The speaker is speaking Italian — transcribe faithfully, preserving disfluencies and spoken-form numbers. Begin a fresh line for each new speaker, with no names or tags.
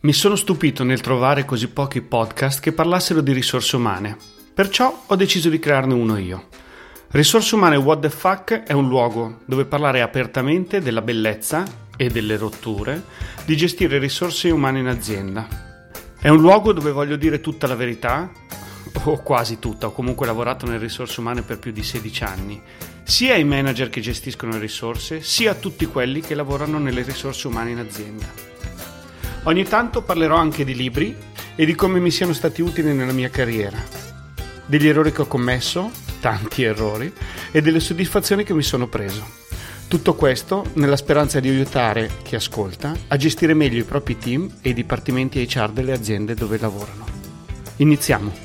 Mi sono stupito nel trovare così pochi podcast che parlassero di risorse umane, perciò ho deciso di crearne uno io. Risorse umane What the Fuck è un luogo dove parlare apertamente della bellezza e delle rotture di gestire risorse umane in azienda. È un luogo dove voglio dire tutta la verità, o quasi tutta, ho comunque lavorato nelle risorse umane per più di sedici anni, sia ai manager che gestiscono le risorse, sia a tutti quelli che lavorano nelle risorse umane in azienda. Ogni tanto parlerò anche di libri e di come mi siano stati utili nella mia carriera, degli errori che ho commesso, tanti errori, e delle soddisfazioni che mi sono preso. Tutto questo nella speranza di aiutare chi ascolta a gestire meglio i propri team e i dipartimenti H R delle aziende dove lavorano. Iniziamo!